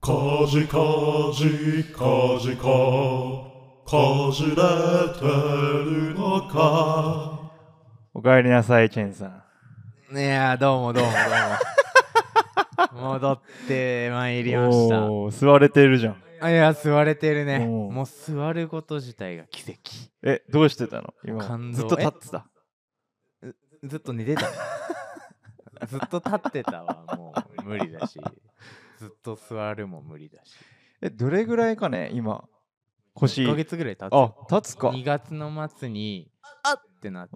かじかじかじかかじれてるのか。 おかえりなさい、チェンさん。 いやどうも戻ってまいりました。 おー、座れてるじゃん。 いや座れてるね。 おーもう座ること自体が奇跡。 どうしてたの今感動ずっと立ってた。 ずっと寝てたずっと立ってたわ。もう無理だし、ずっと座るも無理だし。 どれぐらいかね今腰。 1ヶ月ぐらい経つ。 あ、立つか。 2月の末にあってなって、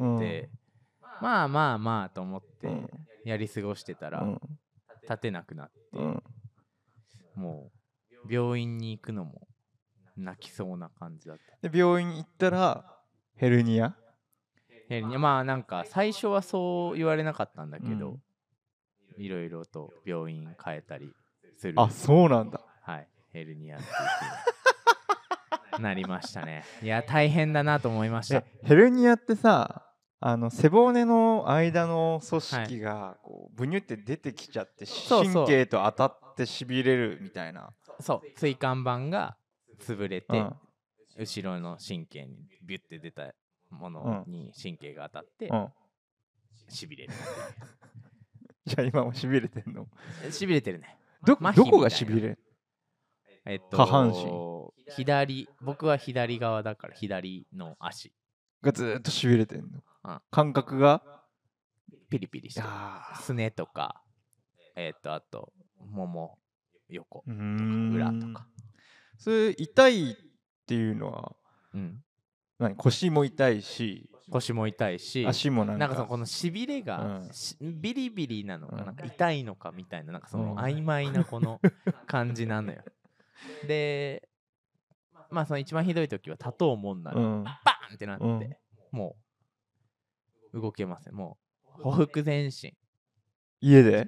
まあと思ってやり過ごしてたら、立てなくなって、もう病院に行くのも泣きそうな感じだった。 で病院行ったらヘルニア。 まあなんか最初はそう言われなかったんだけど、いろいろと病院変えたりする。 あ、そうなんだ。 はい、ヘルニアっていうなりましたね。いや大変だなと思いました。 ヘルニアってさ、背骨の間の組織がこうブニュって出てきちゃって、神経と当たってしびれるみたいな。 そう椎間板が潰れて、後ろの神経にビュッて出たものに神経が当たって、しびれる。 じゃあ今もしびれてんの？ しびれてるね。 どこがしびれる？下半身。 僕は左側だから左の足がずっとしびれてんの。感覚がピリピリしてる。すねとか、あともも横とか裏とか。 それ痛いっていうのは、腰も痛いし、足もなんかこのしびれが、ビリビリなのか、なんか痛いのかみたいな、なんかその曖昧なこの感じなのよ。で、まあその一番ひどい時は立とうもんなら、バーンってなって、もう動けません。もうほふく前進。 家で。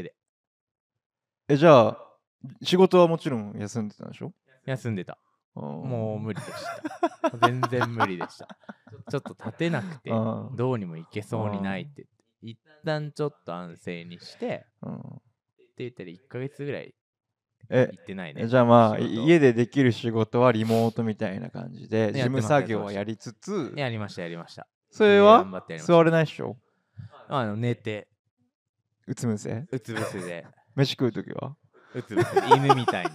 じゃあ仕事はもちろん休んでたんでしょ？ 休んでた。もう無理でした。全然無理でした。ちょっと立てなくてどうにもいけそうにないって一旦ちょっと安静にしてって言ったら1ヶ月ぐらい行ってないね。 じゃあまあ家でできる仕事はリモートみたいな感じで事務作業はやりつつ。 やりました。 それは座れないっしょ？ 寝てうつ伏せで飯食うときはうつ伏せ犬みたいに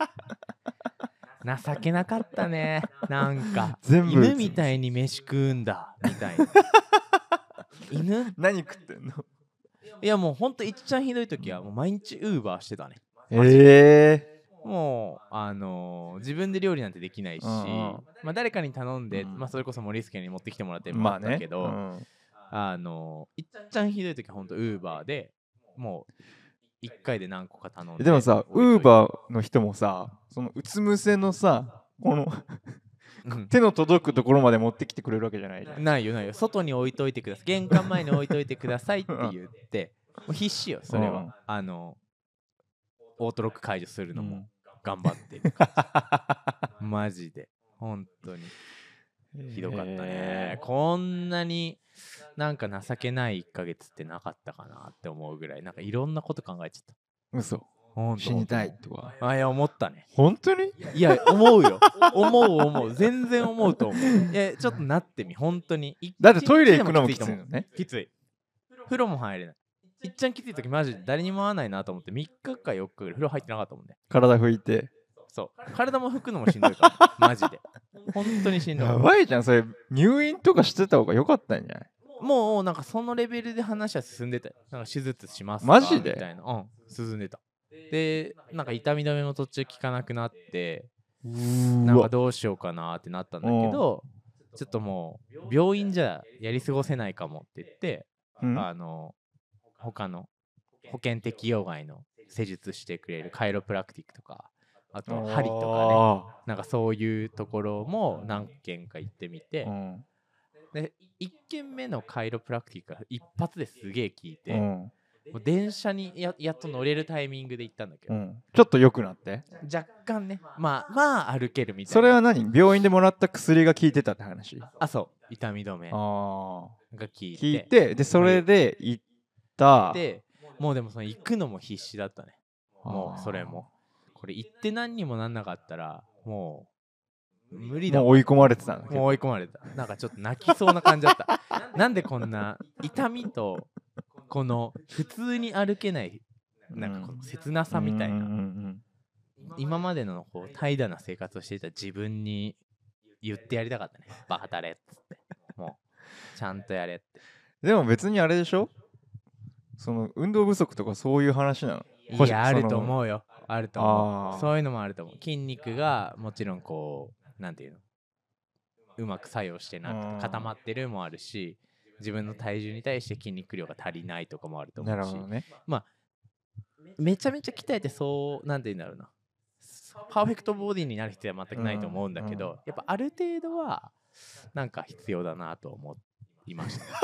情けなかったね。なんか犬みたいに飯食うんだみたいな。犬何食ってんの？ いやもうほんといっちゃんひどい時はもう毎日ウーバーしてたね。もう自分で料理なんてできないし、まあ誰かに頼んで、まあそれこそ森助に持ってきてもらってもあったけど、いっちゃんひどい時はほんとウーバーでもう1回で何個か頼んで。 でもさ、ウーバーの人もさ、そのうつ伏せのさ、この手の届くところまで持ってきてくれるわけじゃないじゃん。 ないよ。外に置いといてください、玄関前に置いといてくださいって言ってもう必死よそれは。オートロック解除するのも頑張ってるマジで本当にひどかったね。こんなになんか情けない1ヶ月ってなかったかなって思うぐらい、なんかいろんなこと考えちゃった。 嘘。死にたいとか。 いや思ったね。 本当に？ いや思うよ。思う全然思うと思う。いやちょっとなってみ本当に。 だってトイレ行くのもきついのね。 きつい。風呂も入れない。いっちゃんきつい時マジで誰にも会わないなと思って3日か4日ぐらい風呂入ってなかったもんね。 体拭いて。 そう体も拭くのもしんどいからマジで本当にしんどい。 やばいじゃんそれ。入院とかしてた方が良かったんじゃない？ もうなんかそのレベルで話は進んでたよ。なんか手術しますかマジでみたいな。進んでた。でなんか痛み止めも途中効かなくなって、なんかどうしようかなってなったんだけど、ちょっともう病院じゃやり過ごせないかもって言って、他の保険適用外の施術してくれるカイロプラクティックとか、あと針とかね、なんかそういうところも何軒か行ってみて、で1軒目のカイロプラクティックが一発ですげえ効いて、もう電車にやっと乗れるタイミングで行ったんだけど、 ちょっと良くなって若干ね、まあ歩けるみたいな。 それは何？病院でもらった薬が効いてたって話？ そう痛み止めが効いて、でそれで行った。 でもうでもその行くのも必死だったね。もうそれもこれ行って何にもなんなかったらもう無理だもう追い込まれてたんだけど。 もう追い込まれた。なんかちょっと泣きそうな感じだったなんでこんな痛みとこの普通に歩けないなんかこの切なさみたいな、今までのこう怠惰な生活をしていた自分に言ってやりたかったね。バカタレっつってもうちゃんとやれって。 でも別にあれでしょ、その運動不足とかそういう話なの？ いやあると思うよ。あると思あーう。そういうのもあると思う。筋肉がもちろんこうなんていうのうまく作用してなくて固まってるもあるし、自分の体重に対して筋肉量が足りないとかもあると思うし、 なるほどね。 まあめちゃめちゃ鍛えてそうなんて言うんだろうな、パーフェクトボディになる必要は全くないと思うんだけど、やっぱある程度はなんか必要だなと思いました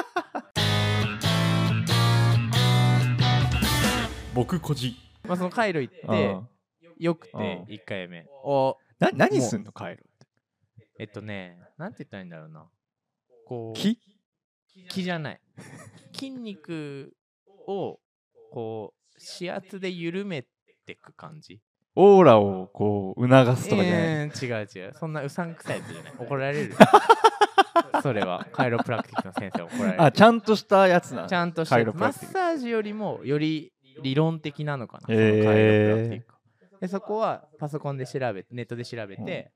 僕個人まあそのカイロ行ってよくて1回目お何すんのカイロって。 なんて言ったらいいんだろうな、こう木じゃない筋肉をこう指圧で緩めてく感じ。 オーラをこう促すとかじゃない、 違うそんなうさんくさいやつじゃない怒られるそれはカイロプラクティックの先生怒られる。 あ、ちゃんとしたやつなの？ ちゃんとしてマッサージよりもより理論的なのかな、そのカイロプラクティックで。そこはパソコンで調べてネットで調べて、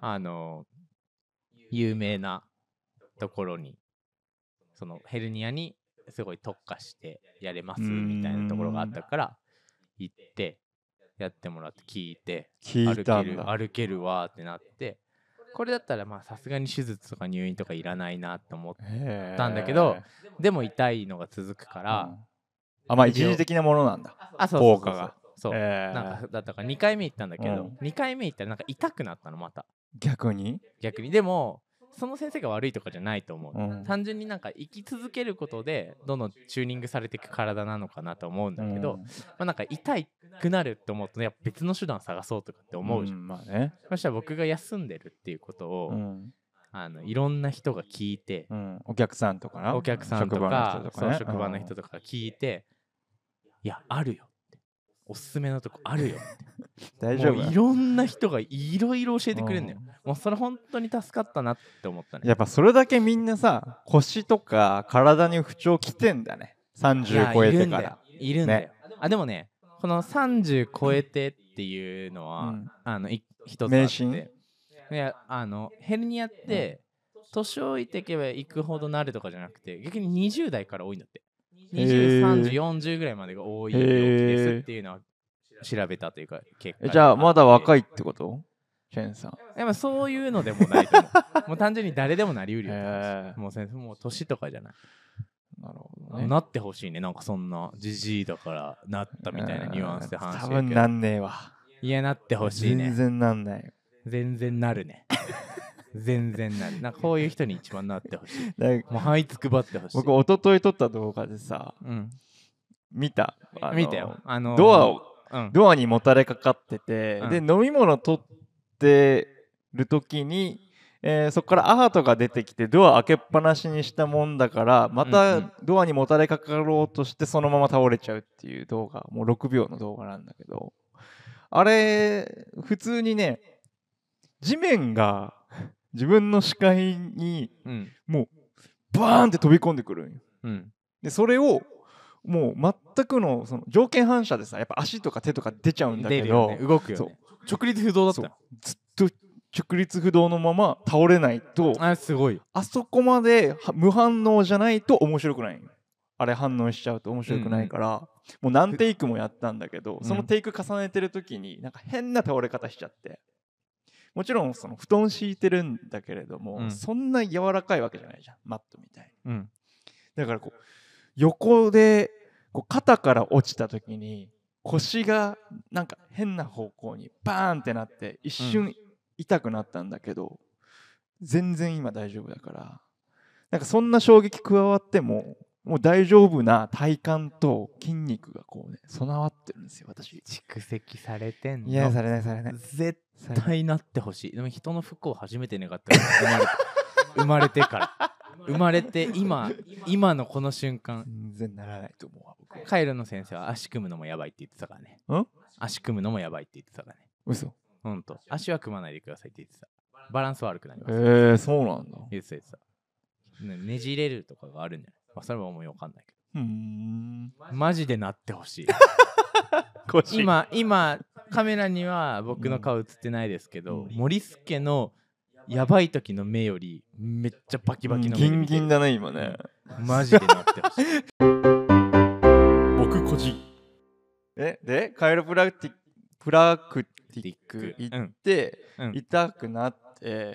有名なところにそのヘルニアにすごい特化してやれますみたいなところがあったから行ってやってもらって聞いて歩けるわってなって、これだったらまあさすがに手術とか入院とかいらないなって思ったんだけど、でも痛いのが続くから、 まあ一時的なものなんだ。効果が。 そうなんかだったから2回目行ったんだけど、2回目行ったらなんか痛くなったのまた。 逆にでもその先生が悪いとかじゃないと思う、単純になんか生き続けることでどんどんチューニングされていく体なのかなと思うんだけど、まあ、なんか痛くなるって思うとやっぱ別の手段探そうとかって思うじゃん、 まあね、 そしたら僕が休んでるっていうことを、いろんな人が聞いて、 お客さんとか職場の人とか聞いて、いやあるよっておすすめのとこあるよって大丈夫？ いろんな人がいろいろ教えてくれるんだよ、もうそれ本当に助かったなって思ったね。 やっぱそれだけみんなさ腰とか体に不調きてんだね、30超えてからいるんだよ、ね、でもねこの30超えてっていうのは、一つあって、いやヘルニアって年老いていけばいくほどなるとかじゃなくて、逆に20代から多いんだって。20、30、40ぐらいまでが多い病気ですっていうのは調べたというか結果。 じゃあまだ若いってこと？チェンさん。 やっぱそういうのでもないと思うもう単純に誰でもなりうるよ、もう年とかじゃない。 なるほどね。 なってほしいね。なんかそんなジジイだからなったみたいなニュアンスで話してるけど、 多分なんねえわ。 いやなってほしいね。 全然なんないよ。 全然なるね全然なる。なんかこういう人に一番なってほしい。もう這いつくばってほしい。 僕一昨日撮った動画でさ、見たよ。 ドアにもたれかかってて、で飲み物取ってる時に、そこからアートが出てきてドア開けっぱなしにしたもんだからまたドアにもたれかかろうとしてそのまま倒れちゃうっていう動画、もう6秒の動画なんだけど、あれ普通にね、地面が自分の視界にもうバーンって飛び込んでくるんよ、でそれをもう全くのその条件反射でさ、やっぱ足とか手とか出ちゃうんだけど、 動くよね。直立不動だったよ。 ずっと直立不動のまま倒れないと、 すごい。 あそこまで無反応じゃないと面白くない。あれ反応しちゃうと面白くないから、もう何テイクもやったんだけど、そのテイク重ねてる時になんか変な倒れ方しちゃって、もちろんその布団敷いてるんだけれども、そんな柔らかいわけじゃないじゃん、マットみたいに、だからこう横でこう肩から落ちた時に腰がなんか変な方向にバーンってなって一瞬痛くなったんだけど、全然今大丈夫だから、なんかそんな衝撃加わってももう大丈夫な体幹と筋肉がこうね備わってるんですよ、私。 蓄積されてんの。 いや、されないされない。 絶対なってほしい。でも人の不幸を初めて願った生まれてから生まれて今のこの瞬間全然ならないと思うわ、僕。 カイロの先生は足組むのもやばいって言ってたからね。 足組むのもやばいって言ってたからね。 嘘。 ほんと。足は組まないでくださいって言ってた。バランス悪くなります。 そうなんだ。 言ってた。ねじれるとかがあるんじゃない？まあ、それはもうわかんないけど。マジでなってほしい。今カメラには僕の顔映ってないですけど、森助のやばい時の目よりめっちゃバキバキの目で見てる。 ギンギンだね今ね。 マジでなってほしい。 僕個人。でカイロプラクティック行って、痛くなって、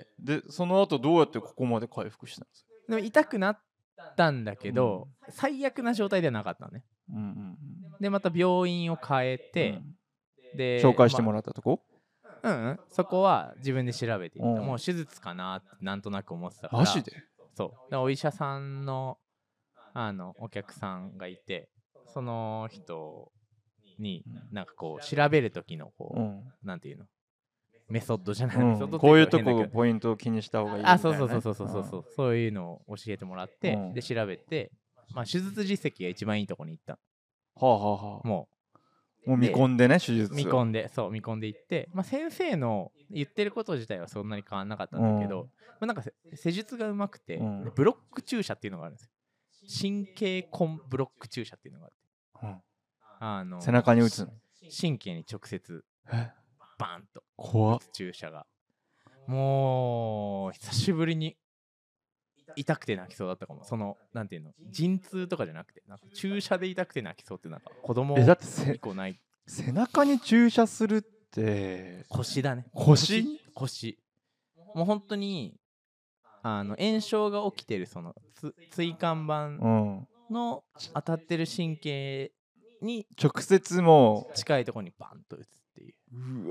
でその後どうやってここまで回復したんですか？ でも痛くなったんだけど、最悪な状態ではなかったね。でまた病院を変えて、で紹介してもらったとこ？ そこは自分で調べていった。もう手術かなってなんとなく思ってたから。 マジで？ そうでお医者さんのお客さんがいて、その人になんかこう調べる時のこう、なんていうのメソッドじゃない、メソッドこういうとこポイントを気にした方がいいみたいな、ね、 そういうのを教えてもらって、で調べて、まあ、手術実績が一番いいとこに行った。もう見込んでね、手術を見込んでいって、まあ、先生の言ってること自体はそんなに変わんなかったんだけど、まあ、なんか施術がうまくて、ブロック注射っていうのがあるんですよ。神経根ブロック注射っていうのがあって、 背中に打つの？ 神経に直接バーンと怖っ。 注射がもう久しぶりに痛くて泣きそうだったかも。そのなんていうの、陣痛とかじゃなくて、なんか注射で痛くて泣きそうって、なんか子供以降ない。 背中に注射するって腰だね。 腰もう本当に炎症が起きてるその椎間板の当たってる神経に直接もう近いところにバンと打つっていう。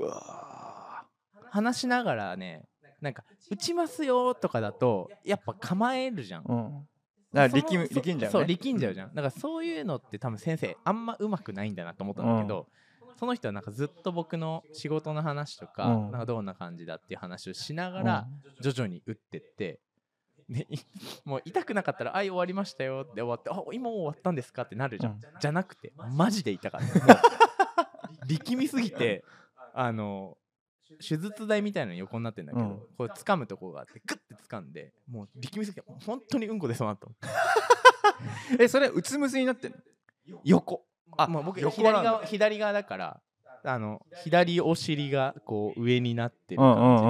うわ話しながらね、なんか打ちますよとかだとやっぱ構えるじゃん。 だから力んじゃうね。 そう力んじゃうじゃん。だからそういうのって多分先生あんまうまくないんだなと思ったんだけど、その人はなんかずっと僕の仕事の話とか、なんかどんな感じだっていう話をしながら徐々に打ってって、でもう痛くなかったら「はい終わりましたよ」って終わって「あ今終わったんですか?」ってなるじゃん。じゃなくてマジで痛かった。もう力みすぎて手術台みたいなの横になってんだけど、これ掴むとこがあってグッて掴んで、もう力みすぎて本当にうんこ出そうなと。 それうつむすになってんの？ 横。もう僕左側だから、左お尻がこう上になってる感じ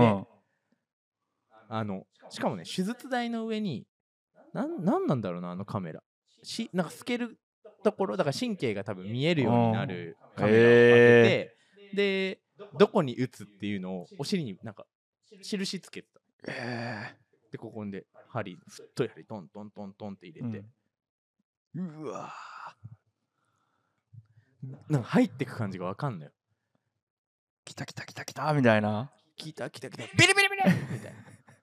で、しかもね手術台の上になんなんだろうな、カメラなんか透けるところだから、神経が多分見えるようになるカメラを当てて、でどこに打つっていうのをお尻になんか印つけてた。でここで針、太い針トントントントンって入れて、 うわなんか入ってく感じがわかんのよ。 来たみたいな。 来たビリビリビリみたい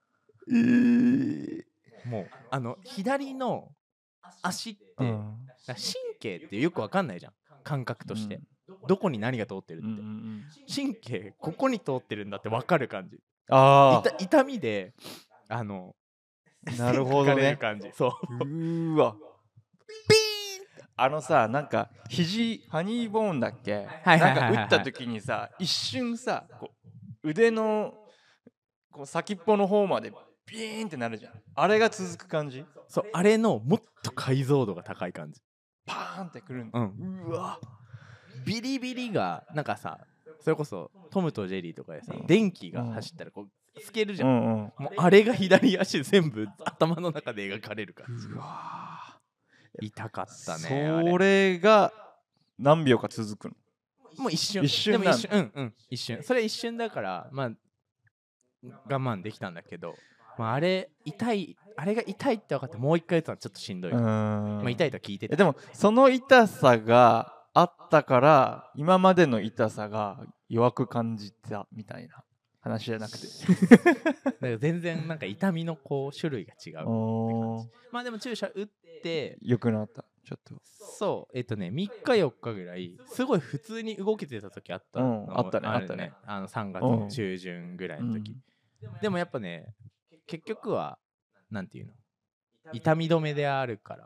な。もう左の足って、神経ってよくわかんないじゃん、感覚として。どこに何が通ってるって、神経ここに通ってるんだって分かる感じ。痛みでなるほどね。 感じ。そうわピーンさ、なんかハニーボーンだっけ、なんか打った時にさ、一瞬さこう腕のこう先っぽの方までピーンってなるじゃん。あれが続く感じ？ そう、あれのもっと解像度が高い感じ。 パーンってくるんだ。うわビリビリがなんかさ、それこそトムとジェリーとかでさ、電気が走ったらこう透けるじゃん。もうあれが左足全部頭の中で描かれる感じ。痛かったね。 それが何秒か続くの？ もう一瞬。 でも一瞬。それ一瞬だからまあ我慢できたんだけど、まああれが痛いって分かってもう一回打つのはちょっとしんどい。まあ痛いとは聞いてた。 でもその痛さがあったから今までの痛さが弱く感じたみたいな話じゃなくてだから全然なんか痛みのこう種類が違う。まあでも注射打って良くなった。ちょっとそう3日4日ぐらいすごい普通に動けてた時あったの、 あったね 3月の中旬ぐらいの時、でもやっぱね結局はなんていうの、痛み止めであるから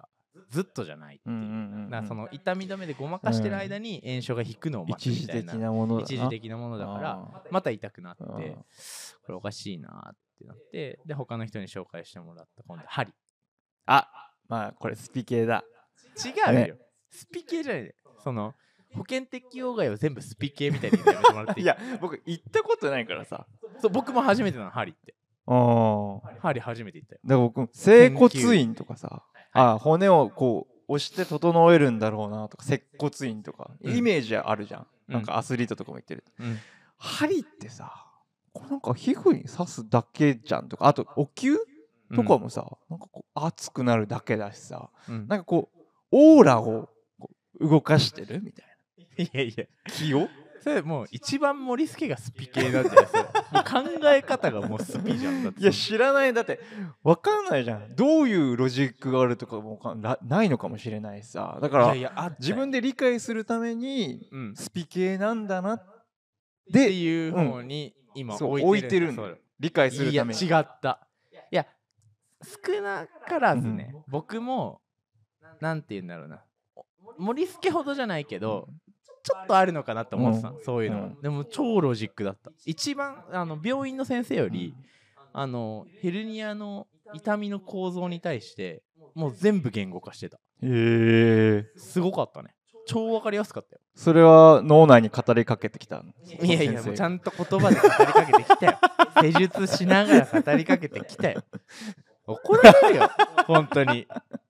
ずっとじゃないっていう、 うんうんうんうん、 だからその痛み止めでごまかしてる間に炎症が引くのを待つみたいな、 一時的なものだな。 一時的なものだからまた痛くなって、これおかしいなってなって、で他の人に紹介してもらった今度針。 まあこれスピ系だ。 違うよ、ね、スピ系じゃないね。その保険適用外を全部スピ系みたいにやめてもらっていい？ いや僕行ったことないからさ。 そう僕も初めてなの針って。針初めて行ったよ。 だから僕整骨院とかさ、骨をこう押して整えるんだろうなとか、接骨院とか、イメージあるじゃん、なんかアスリートとかも言ってる、針ってさ、これなんか皮膚に刺すだけじゃんとか、あとお灸とかもさ、なんかこう熱くなるだけだしさ、なんかこうオーラをこう動かしてるみたいな。 いやいや気をそれもう一番森助がスピ系なんじゃないですか。もう考え方がもうスピじゃん。だっていや知らない、だって分かんないじゃん、どういうロジックがあるとかもないのかもしれないさ。だから自分で理解するためにスピ系なんだなっていう方に今置いてるんだよ、理解するために。 いや違った。いや少なからずね、僕もなんて言うんだろうな、森助ほどじゃないけど、ちょっとあるのかなと思ってた、そういうのは。でも超ロジックだった。一番病院の先生よりヘルニアの痛みの構造に対してもう全部言語化してた。すごかったね。超わかりやすかったよ。 それは脳内に語りかけてきたの？ いやいやもうちゃんと言葉で語りかけてきたよ。施術しながら語りかけてきたよ。怒られるよ本当に。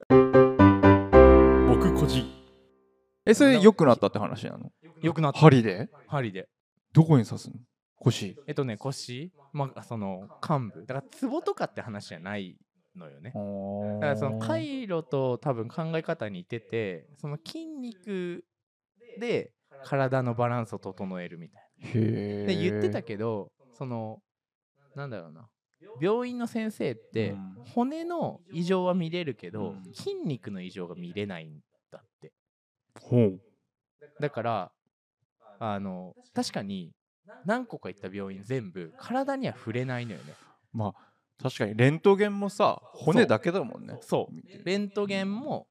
僕個人それ良くなったって話なの？ 良くなった。 針でどこに刺すの？腰？ 腰、その患部だからツボとかって話じゃないのよね。だからその回路と多分考え方に似てて、その筋肉で体のバランスを整えるみたいなで言ってたけど、そのなんだろうな、病院の先生って骨の異常は見れるけど、筋肉の異常が見れないんだって。だから確かに何個か行った病院全部体には触れないのよね。 まあ確かにレントゲンもさ骨だけだもんね。 そうレントゲンも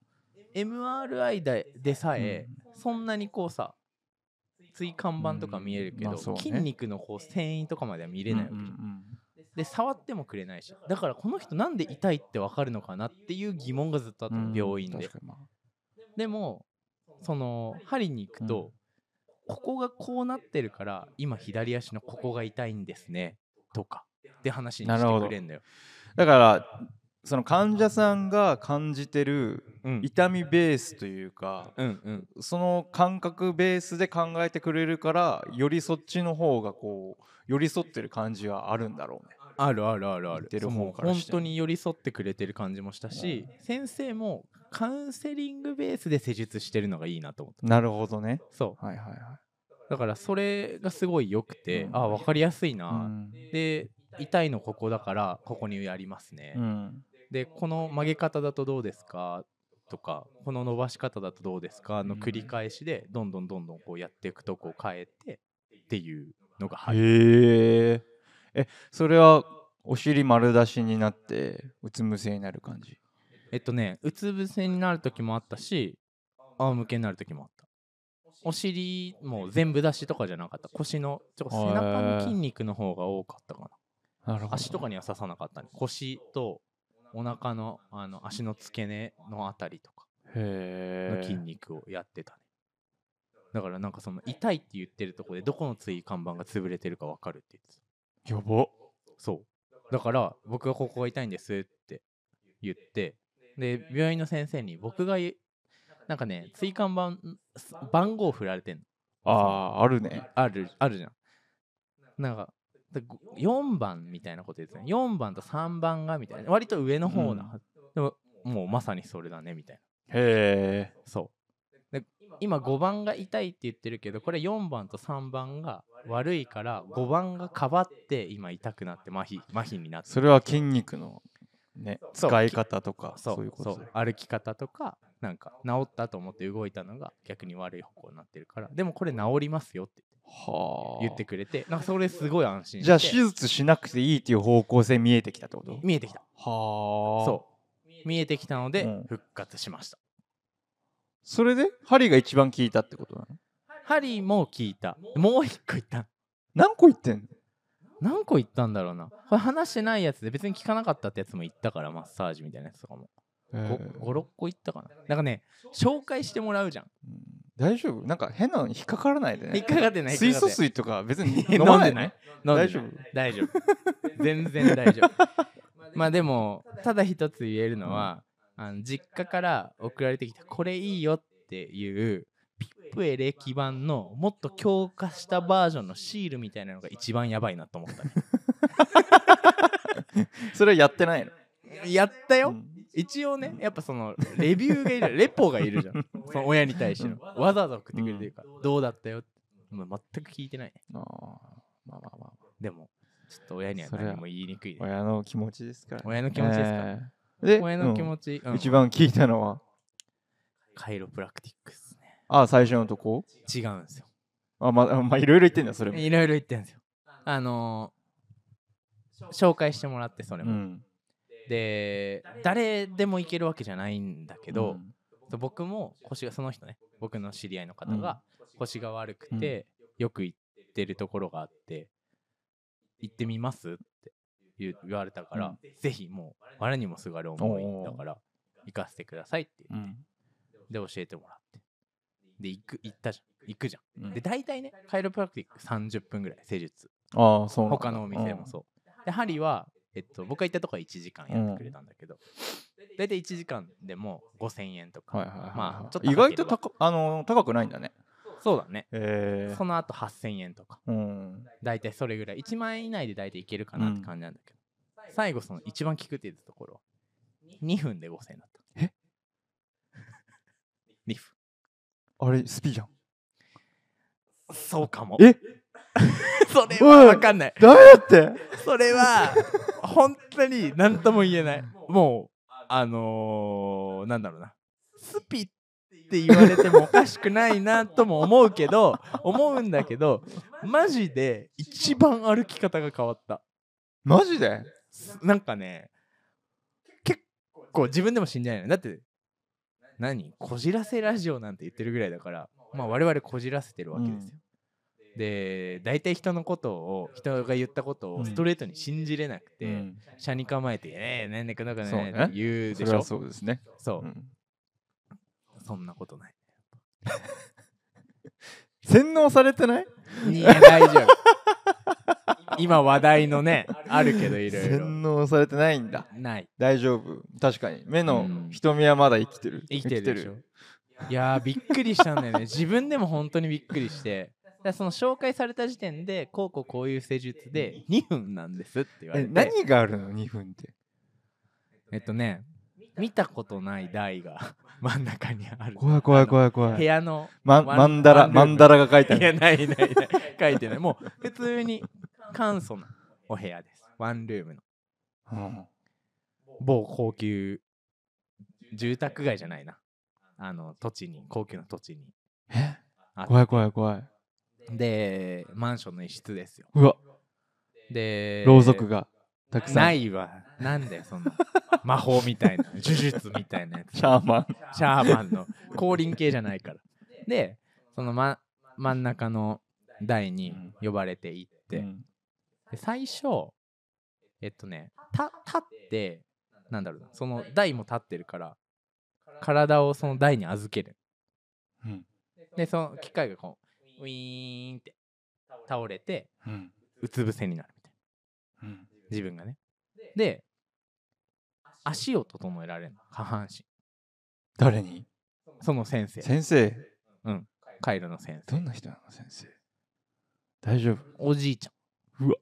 MRI でさえそんなにこうさ椎間板とか見えるけど、筋肉のこう繊維とかまでは見れないわけじゃん。で触ってもくれないし、だからこの人なんで痛いって分かるのかなっていう疑問がずっとあったの、病院で。でもその針に行くと、ここがこうなってるから今左足のここが痛いんですねとかって話にしてくれんだよ。 だからその患者さんが感じてる痛みベースというか、その感覚ベースで考えてくれるから、よりそっちの方がこう寄り添ってる感じはあるんだろうね。 ある。本当に寄り添ってくれてる感じもしたし、先生もカウンセリングベースで施術してるのがいいなと思った。 なるほどね。 そうだからそれがすごい良くて、分かりやすいな、で痛いのここだからここにやりますね、でこの曲げ方だとどうですかとか、この伸ばし方だとどうですかの繰り返しでどんどんこうやっていくとこを変えてっていうのがへえ。それはお尻丸出しになってうつ伏せになる感じ？ うつ伏せになる時もあったし、仰向けになる時もあった。お尻も全部出しとかじゃなかった。腰の背中の筋肉の方が多かったかな。足とかには刺さなかったね。腰とお腹の足の付け根のあたりとかの筋肉をやってたね。だからなんかその痛いって言ってるとこでどこの椎間板が潰れてるか分かるって言ってた。 やば。 そうだから僕がここが痛いんですって言って、で病院の先生に僕がなんかね椎間板番号振られてんの。 あるね。 あるじゃん。なんか4番みたいなこと言ってたね。4番と3番がみたいな、割と上の方な、でももうまさにそれだねみたいな。そうで今5番が痛いって言ってるけど、これ4番と3番が悪いから5番がかばって今痛くなって麻痺になって。 それは筋肉のね使い方とかそういうこと。 歩き方とかなんか治ったと思って動いたのが逆に悪い方向になってるから、でもこれ治りますよって言ってくれて、なんかそれすごい安心して。 じゃあ手術しなくていいっていう方向性見えてきたってこと？ 見えてきた。そう見えてきたので復活しました。 それでハリーが一番聞いたってことなの？ ハリーも聞いた。もう一個言った。 何個言ってんの？ 何個言ったんだろうな。これ話してないやつで別に聞かなかったってやつも言ったから、マッサージみたいなやつとかも。5、6個言ったかな。なんかね、紹介してもらうじゃん。 大丈夫？なんか変なのに引っかからないでね。 引っかかってない。 水素水とか別に飲飲まないんでない。 大丈夫？ 大丈夫。全然大丈夫。まあでも、ただ一つ言えるのは、実家から送られてきたこれいいよっていうピップエレ基盤のもっと強化したバージョンのシールみたいなのが一番やばいなと思ったね。 それはやってないの？ やったよ。一応ね、やっぱそのレビューがいる、レポがいるじゃん。その親に対しての。わざわざ送ってくれてるから、どうだったよって。もう全く聞いてないね。 まあ。 でも、ちょっと親には何も言いにくいね。 親の気持ちですから。 親の気持ちですか。 で、 親の気持ち、 一番聞いたのはカイロプラクティックスね。 最初のとこ？ 違うんですよ。 まあいろいろ言ってんだそれも。 いろいろ言ってんですよ。紹介してもらってそれも。で、誰でも行けるわけじゃないんだけど、僕も腰が、その人ね、僕の知り合いの方が腰が悪くて、よく行ってるところがあって、行ってみますって言われたから、ぜひもう我にもすがる思いだから行かせてくださいって言って、で教えてもらって、で行くじゃん。で大体ね、カイロプラクティック30分ぐらい施術。 そう他のお店もそう。でハリーは僕が行ったとこは1時間やってくれたんだけど、大体1時間でも5000円とか、まあちょっと意外と高くないんだね。 そうだね。その後8000円とか、大体それぐらい、1万円以内で大体いけるかなって感じなんだけど、最後その一番効くって言ったところ2分で5000円だった。2分。 あれスピじゃん。 そうかも。それは分かんない。 ダメだって。 それは本当に何とも言えない。もうなんだろうな、スピって言われてもおかしくないなとも思うんだけど、マジで一番歩き方が変わった。 マジで？ なんかね、結構自分でも信じないの。だってこじらせラジオなんて言ってるぐらいだから、まあ我々こじらせてるわけですよ。で、大体人が言ったことをストレートに信じれなくて、車に構えてなんでくのかねって言うでしょ。 そうですね。 そう。そんなことない。 洗脳されてない？ いや大丈夫。今話題のね、あるけどいろいろ。 洗脳されてないんだ。 ない。 大丈夫。確かに目の瞳はまだ生きてる。 生きてるでしょ。いやーびっくりしたんだよね。自分でも本当にびっくりして。その紹介された時点でこういう施術で2分なんですって言われて。 何があるの2分って？ 見たことない台が真ん中にある。 怖い。 部屋のマンダラが書いてある。 いやない書いてない。もう普通に簡素なお部屋です。ワンルームの、某高級住宅街じゃないな、高級な土地に。 怖い。 でマンションの一室ですよ。 うわ。 でろうそくがたくさん。 ないわ。なんだよそんな魔法みたいな呪術みたいなやつ。 シャーマンの降臨系じゃないから。でその、真ん中の台に呼ばれて行って、で最初立ってなんだろうな、その台も立ってるから体をその台に預ける。でその機械がこうウィーンって倒れて、うつ伏せになるみたいな、自分がね。で足を整えられるの、下半身。 誰に？ その先生。カイロの先生。 どんな人なの先生？大丈夫？ おじいちゃん。 うわ。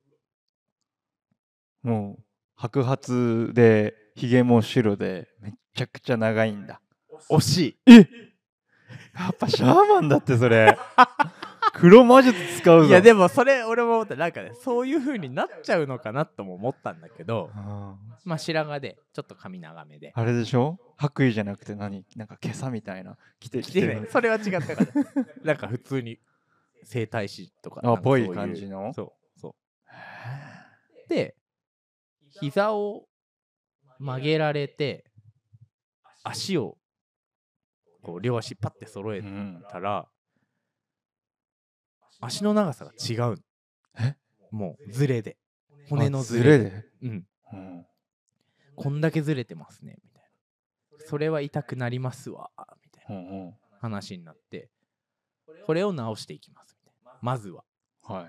もう白髪でひげも白でめちゃくちゃ長いんだ。 惜しい。やっぱシャーマンだってそれ。黒魔術使うぞ。 いやでもそれ俺も思った。なんかね、そういう風になっちゃうのかなとも思ったんだけど、まあ白髪でちょっと髪長めで。 あれでしょ？白衣じゃなくてなんか今朝みたいな着てね。それは違ったから。なんか普通に整体師とかっぽい感じの。 そう。で膝を曲げられて足をこう両足パッて揃えうんたら、足の長さが違う。もうズレで、骨のズレで、 で、 うん、 うん、 こんだけずれてますねみたいな。それは痛くなりますわみたいなうんうん、 話になって、これを直していきますみたいな、まずは。 はい。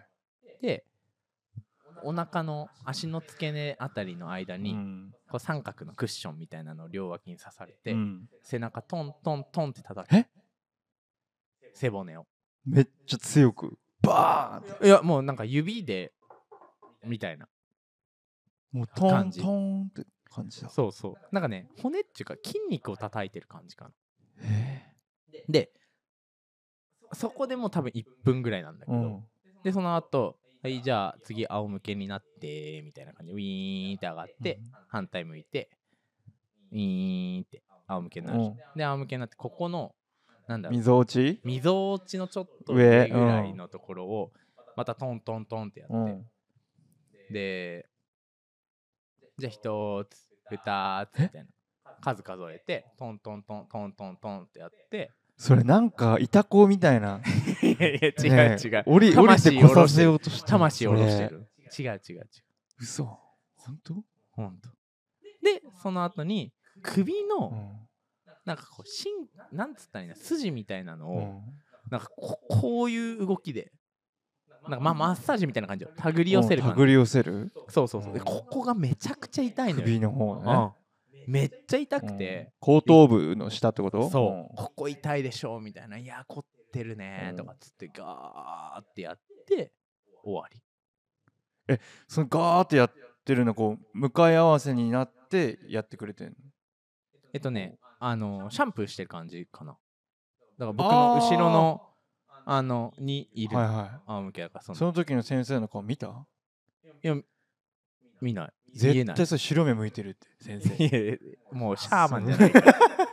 で、お腹の足の付け根あたりの間に、こう三角のクッションみたいなのを両脇に刺されて、背中トントントンって叩く。背骨をめっちゃ強くバーンって。 いやもうなんか指でみたいな、 もうトン感じトンって感じだ。 そうそう、なんかね、骨っていうか筋肉を叩いてる感じかな。でそこでもう多分1分ぐらいなんだけど、でその後、はいじゃあ次仰向けになってみたいな感じでウィーンって上がって、反対向いてウィーンって仰向けになるじゃん。で仰向けになって、ここのなんだろう、 みぞおちみぞおちのちょっと上ぐらいのところをまたトントントンってやって、でじゃあ1つ2つみたいな数数えてトントントントントントンってやって、 それなんかいた子みたいな。 いやいや違う違う、 降りてこさせようとしてる。 魂を下ろしてる。違う違う違う。 嘘。本当？ 本当。でその後に首のなんかこうなんつったらいいな、筋みたいなのをなんかこういう動きでなんかマッサージみたいな感じを手繰り寄せる感じ。 手繰り寄せる？ そうそうそう。でここがめちゃくちゃ痛いのよ。 首の方ね。 めっちゃ痛くて、 後頭部の下ってこと？ そう、ここ痛いでしょみたいな、いや凝ってるねとかつってガーってやって終わり。 そのガーってやってるのこう向かい合わせになってやってくれてんの？ シャンプーしてる感じかな。だから僕の後ろのにいる仰向けだから、 その時の先生の顔見た？ いや見ない。 絶対それ白目向いてるって先生。 いやもうシャーマンじゃないから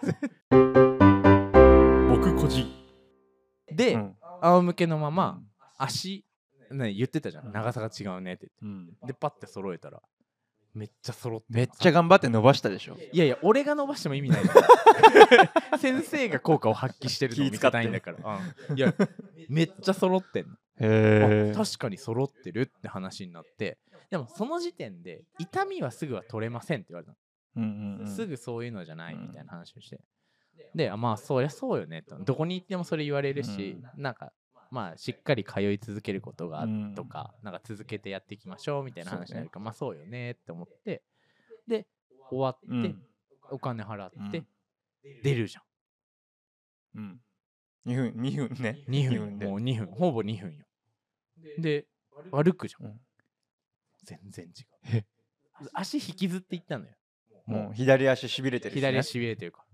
僕個人で、仰向けのまま足、ね、言ってたじゃん、長さが違うねって言って、でパッて揃えたらめっちゃ揃って、 めっちゃ頑張って伸ばしたでしょ。 いやいや俺が伸ばしても意味ない先生が効果を発揮してるのを見せたいんだから、いやめっちゃ揃ってんの。確かに揃ってるって話になって、でもその時点で痛みはすぐは取れませんって言われたの、すぐそういうのじゃないみたいな話をして、でまあそりゃそうよねと、どこに行ってもそれ言われるし、なんかまあしっかり通い続けることがとか、なんか続けてやっていきましょうみたいな話になるから、まあそうよねって思って、で終わって、お金払って出るじゃん。 2分ね。 2分でもう2分、ほぼ2分よ。で歩くじゃん、全然違う。足引きずっていったのよ。 もう左足しびれてるし、ね、 左足しびれてるから。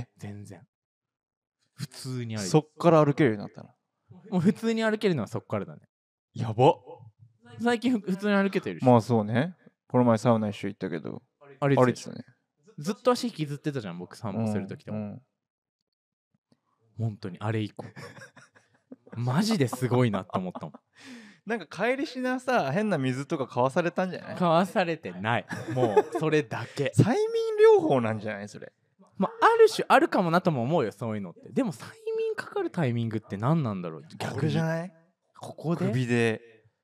全然普通に歩いて、 そっから歩けるようになったの？ もう普通に歩けるのはそっからだね。 やば。 最近普通に歩けてるし。 まあそうね、この前サウナ一緒行ったけど歩いてたね。 ずっと足引きずってたじゃん、僕散歩するときとも、本当にあれ以降マジですごいなって思ったもん。 なんか帰りしなさ、変な水とか買わされたんじゃない？ 買わされてない、もうそれだけ。 催眠療法なんじゃないそれ？ まあ、ある種あるかもなとも思うよ、そういうのって。でも催眠かかるタイミングって何なんだろう。 逆じゃない？ ここで首で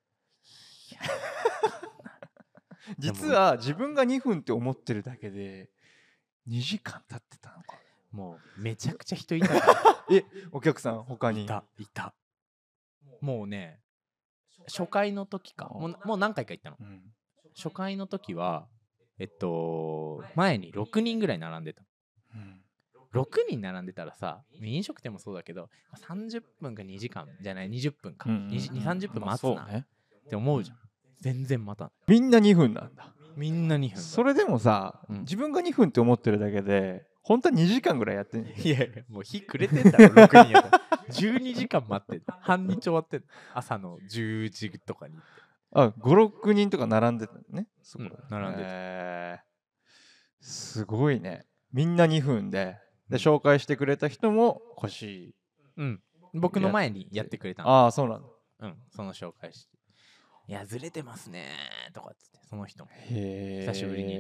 実は自分が2分って思ってるだけで2時間経ってたのか。 もうめちゃくちゃ人いたお客さん他にいた。もうね、初回の時か、もう何回か行ったの、初回の時は前に6人ぐらい並んでた、6人並んでたらさ、飲食店もそうだけど30分か2時間じゃない、20分か、20-30分待つなって思うじゃん。全然待たん。 みんな2分なんだ。 みんな2分。 それでもさ、自分が2分って思ってるだけで本当は2時間ぐらいやってんねん。 いやいや、もう日暮れてんだろ、6人やったら12時間待ってんの、半日終わってんの、朝の10時とかに。 5、6人とか並んでたのね、そこ、 並んでた。 すごいね。みんな2分で紹介してくれた人も腰、 僕の前にやってくれたの。 そうなんだ。 その紹介して、いやずれてますねとかっつって、その人も久しぶりに言って、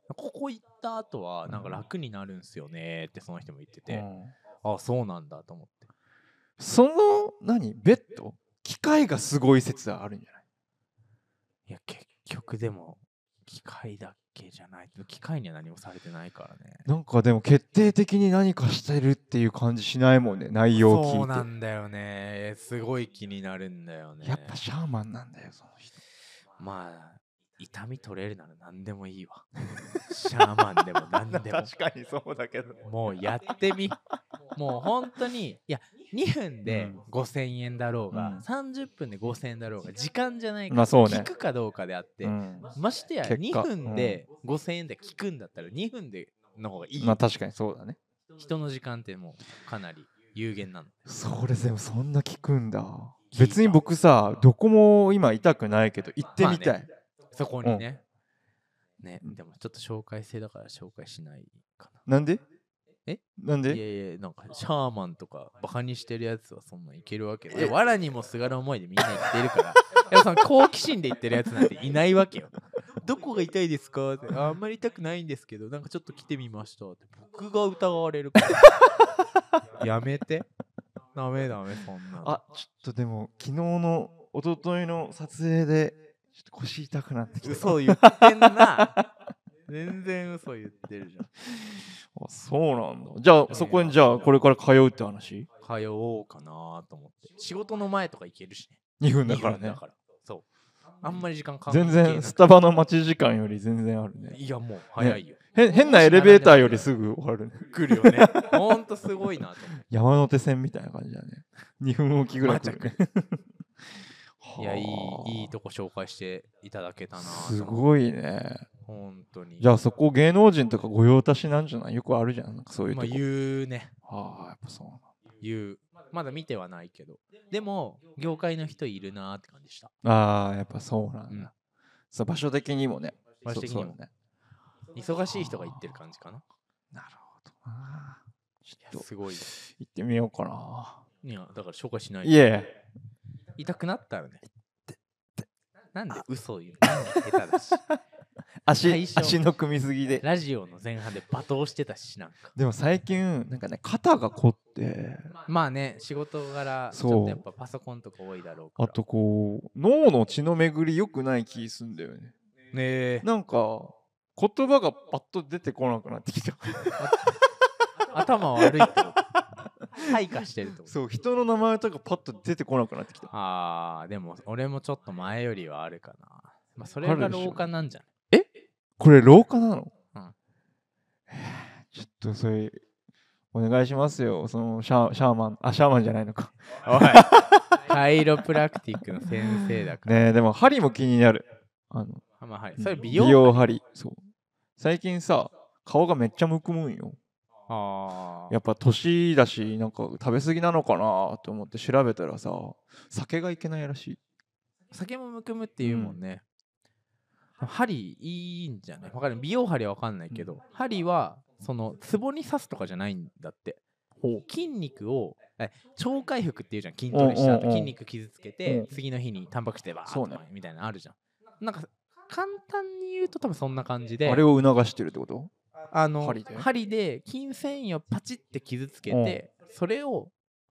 ここ行った後はなんか楽になるんすよねってその人も言ってて、 うんあ、そうなんだと思って。 そのベッド機械がすごい説はあるんじゃない？ いや結局でも機械だけじゃない、機械には何もされてないからね。 なんかでも決定的に何かしてるっていう感じしないもんね、内容を聞いて。 そうなんだよね、すごい気になるんだよね。 やっぱシャーマンなんだよその人。 まあ痛み取れるなら何でもいいわ。シャーマンでも何でも。 確かにそうだけど。 もうやってみ。もう本当に、いや、2分で5000円だろうが、 うん 30分で5000円だろうが、時間じゃないから、 まあそうね聞くかどうかであって、 うんましてや結果 2分で5000円で聞くんだったら2分での方がいい。 まあ確かにそうだね。 人の時間ってもうかなり有限なの。 それでもそんな聞くんだ。 聞いた別に僕さ、どこも今痛くないけど行ってみたい。 まあねそこにね。ね、でもちょっと紹介制だから紹介しないかな。 なんで？ え？ なんで？ いやいや、なんかシャーマンとかバカにしてるやつはそんなんいけるわけよ。わらにもすがる思いでみんな言ってるから。いやその好奇心で言ってるやつなんていないわけよ。どこが痛いですかって、あんまり痛くないんですけど、なんかちょっと来てみましたって。僕が疑われるから。やめて。ダメダメ、そんなの。 あ、ちょっとでも昨日の一昨日の撮影でちょっと腰痛くなってきた。 嘘言ってんな。全然嘘言ってるじゃん。 あ、そうなんだ。じゃあそこにじゃあこれから通うって話通おうかなと思って。仕事の前とか行けるしね。 ？2分だから 2分ねだ。から。そう。あんまり時間関係全なく然スタバの待ち時間より全然あるね。 いやもう早いよ。 変なエレベーターよりすぐ終わるね。 来るよね。ほんとすごいなと思って。 山手線みたいな感じだね。2分おきぐらい来るね。 いや、いいとこ紹介していただけたなと思って。 すごいね。 本当に。 じゃあそこ芸能人とか御用達なんじゃない？よくあるじゃん。なんかそういうとまあこ。 言うね。 ああ、やっぱそうなんだ。 言う。まだ見てはないけど。でも、業界の人いるなって感じした。 ああ、やっぱそうなんだ。 うんそう、場所的にもね。 場所的にもそうだね。 忙しい人が行ってる感じかな。 なるほどな。ちいやょっとすごい。 行ってみようかな。 いや、だから紹介しない。 いえ。 痛くなったらね。なんで嘘を言うの？なんで下手だし。最初足の組みすぎで。 ラジオの前半で罵倒してたし、なんか。 でも最近なんかね、肩が凝って、 まあね、仕事柄、ちそうょっとやっぱパソコンとか多いだろうから。 あとこう脳の血の巡り良くない気すんだよね。 ねえ。 なんか言葉がパッと出てこなくなってきた。 頭悪いってこと。退化してるってこと。 そう、人の名前とかパッと出てこなくなってきた。 あー、でも俺もちょっと前よりはあるかな。まあ、それが老化なんじゃない？ これ老化なの？ うんちょっとそれお願いしますよ。そのシャーマンじゃないのか。 おいカイロプラクティックの先生だから。 ねえ、でも針も気になる。 まあはい。それ美美容容針。そう。最近さ、顔がめっちゃむくむんよ。 あーやっぱ年だし、なんか食べ過ぎなのかなと思って調べたらさ、酒がいけないらしい。 酒もむくむっていうもんね。針いいんじゃない？わかる。美容針はわかんないけど、針はそのツボに刺すとかじゃないんだって。筋肉を超回復っていうじゃん。筋トレした後筋肉傷つけて次の日にタンパク質でバーッとみたいなのあるじゃん。なんか簡単に言うと多分そんな感じで、 あれを促してるってこと？ 針で筋繊維をパチって傷つけて、それを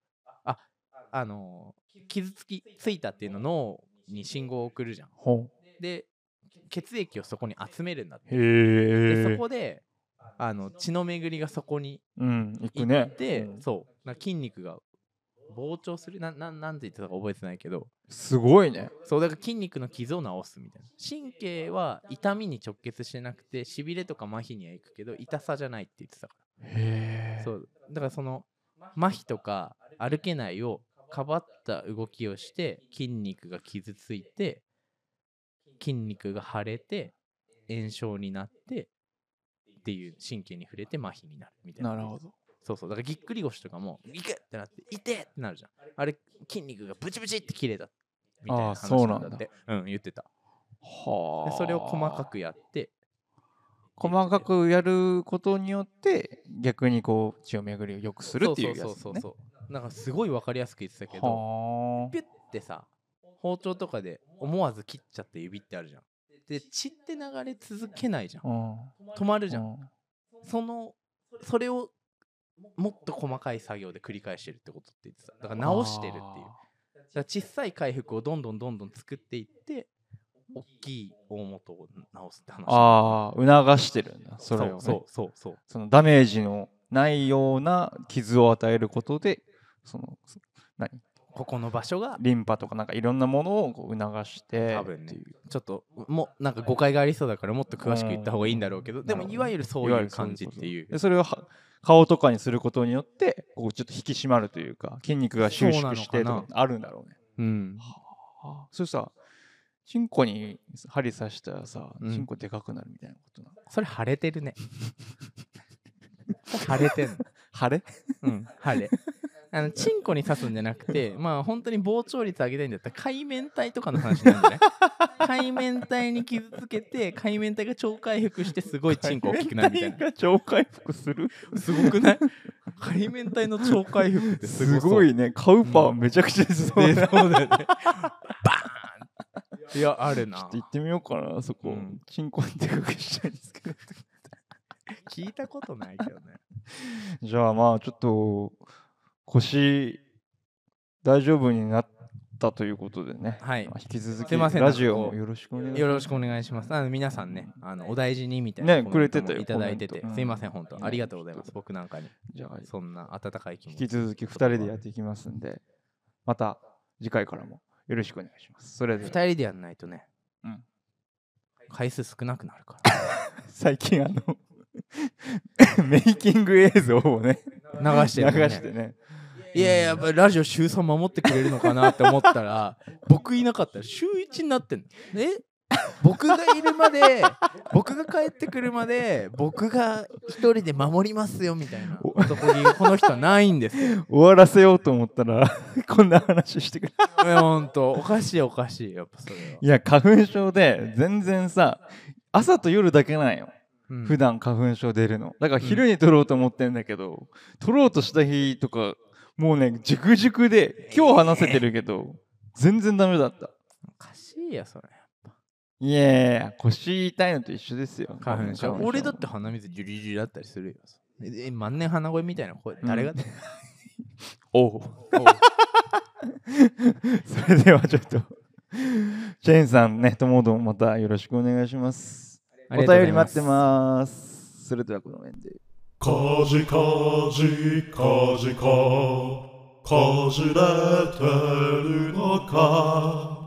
傷ついたっていうのを脳に信号を送るじゃん。で血液をそこに集めるんだって。でそこで血の巡りがそこに行く行ね。 って、そうなんか筋肉が膨張するなんて言ってたか覚えてないけど、 すごいね。 そうだから筋肉の傷を治すみたいな。神経は痛みに直結してなくて、しびれとか麻痺には行くけど痛さじゃないって言ってたから。 へえ。 そうだからその麻痺とか歩けないをかばった動きをして筋肉が傷ついて筋肉が腫れて炎症になってっていう神経に触れて麻痺になるみたいな。 なるほど。 そうだからぎっくり腰とかもいけってなっていてってなるじゃん。あれ筋肉がブチブチって切れたみたいな話なんだって。言ってた。 はあ。 でそれを細かくやって細かくやることによって逆にこう血を巡りを良くするっていうやつね。 なんかすごい分かりやすく言ってたけど、ピュッてさ包丁とかで思わず切っちゃって指ってあるじゃん。 で血って流れ続けないじゃん。 うん止まるじゃん。 うんそれをもっと細かい作業で繰り返してるってことって言ってた。だから直してるっていう。だから小さい回復をどんどん作っていって大きい大元を直すって話。 ああ、促してるんだ。それをね。 そうそのダメージのないような傷を与えることで、 ここの場所がリンパとかなんかいろんなものをこう促して多分ね、ちょっともうなんか誤解がありそうだからもっと詳しく言った方がいいんだろうけど、でもいわゆるそういう感じっていう。 でそれを顔とかにすることによってこうちょっと引き締まるというか、筋肉が収縮してとかあるんだろうね。 うん。 それさ、チンコに針刺したらさ、チンコでかくなるみたいなことなの？ それ腫れてるね。腫れてんの。 腫れ？ うん、腫れ。チンコに刺すんじゃなくて、まあ本当に膨張率上げたいんだったら海綿体とかの話なんだね。海綿体に傷つけて、海綿体が超回復してすごいチンコ大きくなるみたいな。 海綿体が超回復する？ すごくない？海綿体の超回復ってすごいね。カウパーめちゃくちゃ出そうだね。 そうだよね。バーン！いや、あるな。 ちょっと行ってみようかな、そこ。チンコにでかくしたいんですけど。 聞いたことないけどね。 じゃあまあちょっと腰大丈夫になったということでね、 はい、 引き続きラジオもよろしくお願いします。 よろしくお願いします。皆さんね、お大事にみたいなコメントもいただいてて、すいません、本当ありがとうございます。僕なんかに。じゃあそんな温かい気持ち。 引き続き2人でやっていきますんで、また次回からもよろしくお願いします。それで 2人でやんないとね、回数少なくなるから。 最近メイキング映像をね流してね。いややっぱラジオ週3守ってくれるのかなって思ったら僕いなかったら週1になってんの。僕がいるまで僕が帰ってくるまで僕が一人で守りますよみたいな男気この人はないんですよ。 終わらせようと思ったらこんな話してくれる。 ほんとおかしいやっぱそれは。 いや花粉症で全然さ朝と夜だけなんよ。普段花粉症出るのだから昼に取ろうと思ってんだけど、取ろうとした日とかもうね熟々で今日話せてるけど全然ダメだった。 おかしいやそれ。 いや腰痛いのと一緒ですよ花粉症。俺だって鼻水ジュリジュリだったりするよ。万年鼻声みたいな声誰が、 おうそれではちょっとチェーンさんねともどもまたよろしくお願いします。お便り待ってます。それではこの辺で。 かじかじかじかかじれてるのか